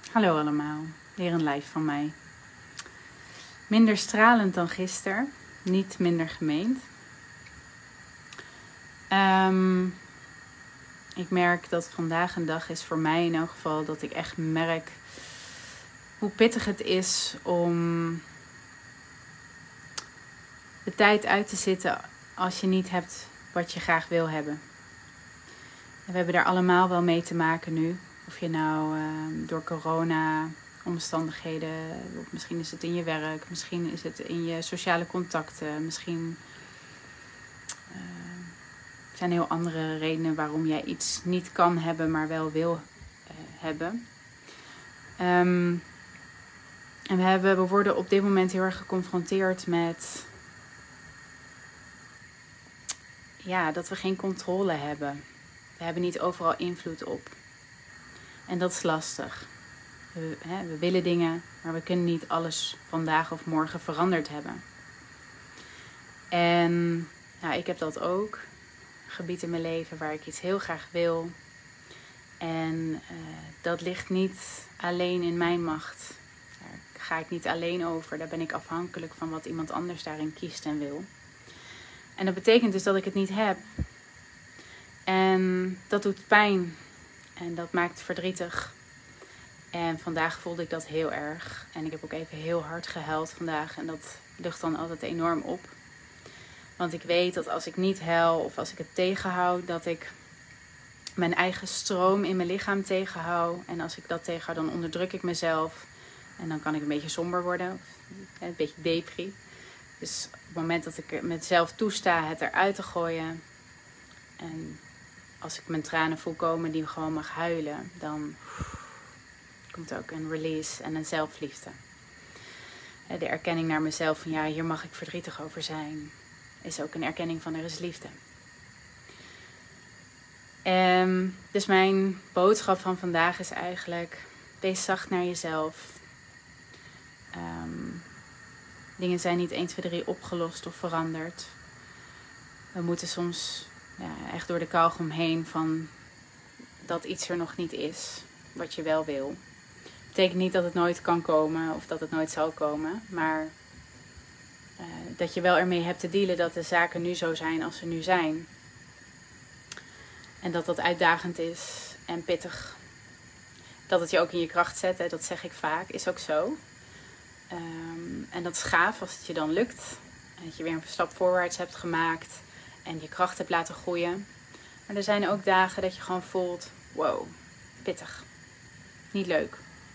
Hallo allemaal, weer een live van mij. Minder stralend dan gisteren, niet minder gemeend. Ik merk dat vandaag een dag is voor mij in elk geval dat ik echt merk hoe pittig het is om de tijd uit te zitten als je niet hebt wat je graag wil hebben. En we hebben daar allemaal wel mee te maken nu. Of je nou door corona omstandigheden, of misschien is het in je werk, misschien is het in je sociale contacten, misschien zijn heel andere redenen waarom jij iets niet kan hebben, maar wel wil hebben. En we worden op dit moment heel erg geconfronteerd met dat we geen controle hebben. We hebben niet overal invloed op. En dat is lastig. We willen dingen, maar we kunnen niet alles vandaag of morgen veranderd hebben. En ik heb dat ook. Een gebied in mijn leven waar ik iets heel graag wil. En dat ligt niet alleen in mijn macht. Daar ga ik niet alleen over. Daar ben ik afhankelijk van wat iemand anders daarin kiest en wil. En dat betekent dus dat ik het niet heb. En dat doet pijn. En dat maakt verdrietig. En vandaag voelde ik dat heel erg. En ik heb ook even heel hard gehuild vandaag. En dat lucht dan altijd enorm op. Want ik weet dat als ik niet huil of als ik het tegenhoud, dat ik mijn eigen stroom in mijn lichaam tegenhoud. En als ik dat tegenhoud, dan onderdruk ik mezelf. En dan kan ik een beetje somber worden. Of een beetje depri. Dus op het moment dat ik mezelf toesta het eruit te gooien. En als ik mijn tranen voel komen die gewoon mag huilen, dan komt ook een release en een zelfliefde. De erkenning naar mezelf van hier mag ik verdrietig over zijn. Is ook een erkenning van er is liefde. Dus mijn boodschap van vandaag is eigenlijk: wees zacht naar jezelf. Dingen zijn niet 1, 2, 3 opgelost of veranderd. We moeten soms echt door de kauwgom heen van dat iets er nog niet is wat je wel wil. Dat betekent niet dat het nooit kan komen of dat het nooit zal komen. Maar dat je wel ermee hebt te dealen dat de zaken nu zo zijn als ze nu zijn. En dat dat uitdagend is en pittig. Dat het je ook in je kracht zet, dat zeg ik vaak, is ook zo. En dat is gaaf als het je dan lukt. En dat je weer een stap voorwaarts hebt gemaakt. En je kracht hebt laten groeien. Maar er zijn ook dagen dat je gewoon voelt, wow, pittig. Niet leuk.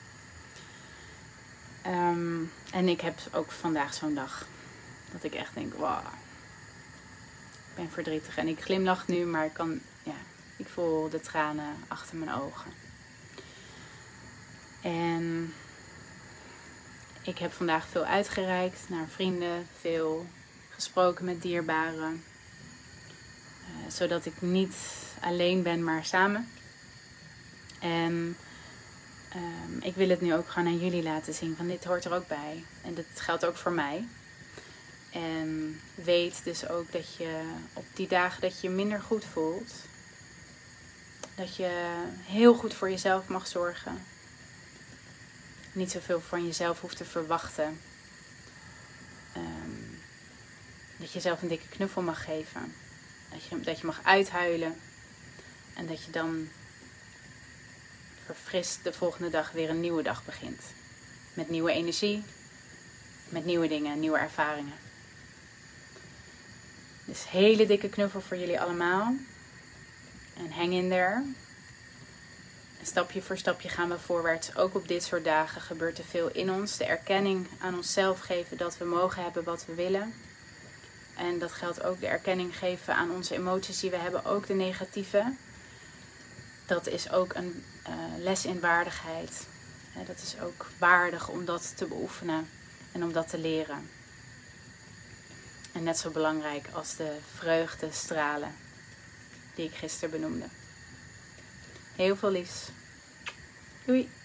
En ik heb ook vandaag zo'n dag. Dat ik echt denk, wow. Ik ben verdrietig. En ik glimlach nu, maar ik voel de tranen achter mijn ogen. En ik heb vandaag veel uitgereikt naar vrienden. Veel gesproken met dierbaren. Zodat ik niet alleen ben, maar samen. En ik wil het nu ook gewoon aan jullie laten zien. Van dit hoort er ook bij. En dat geldt ook voor mij. En weet dus ook dat je op die dagen dat je je minder goed voelt. Dat je heel goed voor jezelf mag zorgen. Niet zoveel van jezelf hoeft te verwachten. Dat je jezelf een dikke knuffel mag geven. Dat je mag uithuilen. En dat je dan verfrist de volgende dag weer een nieuwe dag begint. Met nieuwe energie. Met nieuwe dingen, nieuwe ervaringen. Dus hele dikke knuffel voor jullie allemaal. En hang in there. En stapje voor stapje gaan we voorwaarts. Ook op dit soort dagen gebeurt er veel in ons. De erkenning aan onszelf geven dat we mogen hebben wat we willen. En dat geldt ook de erkenning geven aan onze emoties die we hebben. Ook de negatieve. Dat is ook een les in waardigheid. Dat is ook waardig om dat te beoefenen. En om dat te leren. En net zo belangrijk als de vreugdestralen die ik gisteren benoemde. Heel veel liefs. Doei!